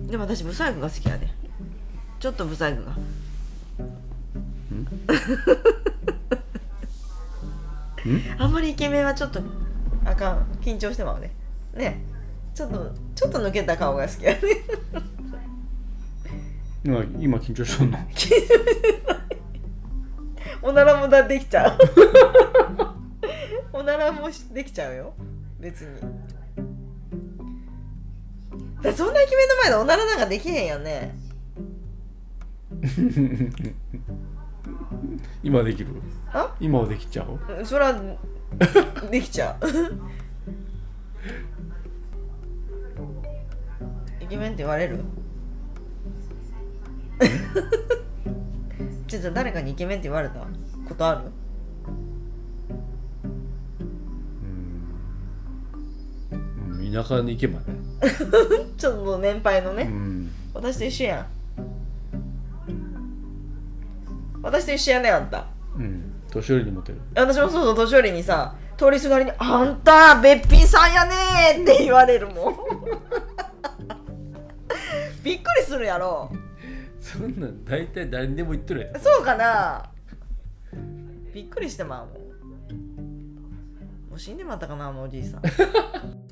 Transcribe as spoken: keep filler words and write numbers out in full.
でも私ブサイクが好きやで。ちょっとブサイクが。あんまりイケメンはちょっとあかん、緊張してまうね。ね、ちょっとちょっと抜けた顔が好きやね。 今今緊張しとんの？緊張してない。おならもだできちゃう。おならもできちゃうよ別に。だそんなイケメンの前でおならなんかできへんよね。 今できる？ あ？ 今はできちゃう？ それはできちゃう。イケメンって言われる？ちょっと誰かにイケメンって言われたことある？ うん、田舎に行けばね。 ちょっと年配のね、 うん、 私と一緒やん。私と一緒やねあんた。 うん、年寄りにモテる。 私もそうそう、年寄りにさ、通りすがりにあんたべっぴんさんやねーって言われるもん。びっくりするやろ。 そんなん大体誰にでも言ってるやん。 そうかな。びっくりしてまうもん。もう死んでまったかな、もうおじいさん。